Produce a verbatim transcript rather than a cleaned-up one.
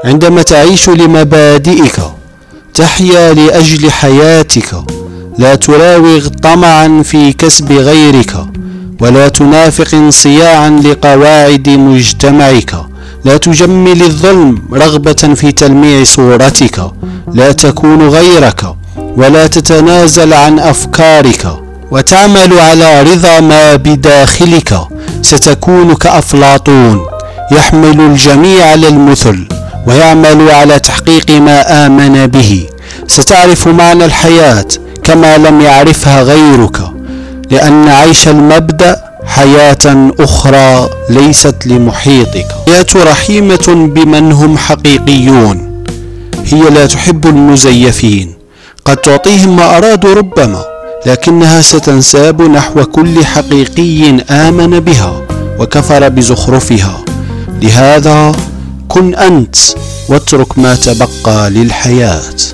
عندما تعيش لمبادئك تحيا لأجل حياتك، لا تراوغ طمعا في كسب غيرك، ولا تنافق انصياعا لقواعد مجتمعك، لا تجمل الظلم رغبة في تلميع صورتك، لا تكون غيرك ولا تتنازل عن أفكارك، وتعمل على رضا ما بداخلك، ستكون كأفلاطون يحمل الجميع على المثل ويعمل على تحقيق ما آمن به. ستعرف معنى الحياة كما لم يعرفها غيرك، لأن عيش المبدأ حياة أخرى ليست لمحيطك. الحياة رحيمة بمن هم حقيقيون، هي لا تحب المزيفين، قد تعطيهم ما أرادوا ربما، لكنها ستنساب نحو كل حقيقي آمن بها وكفر بزخرفها. لهذا كن أنت واترك ما تبقى للحياة.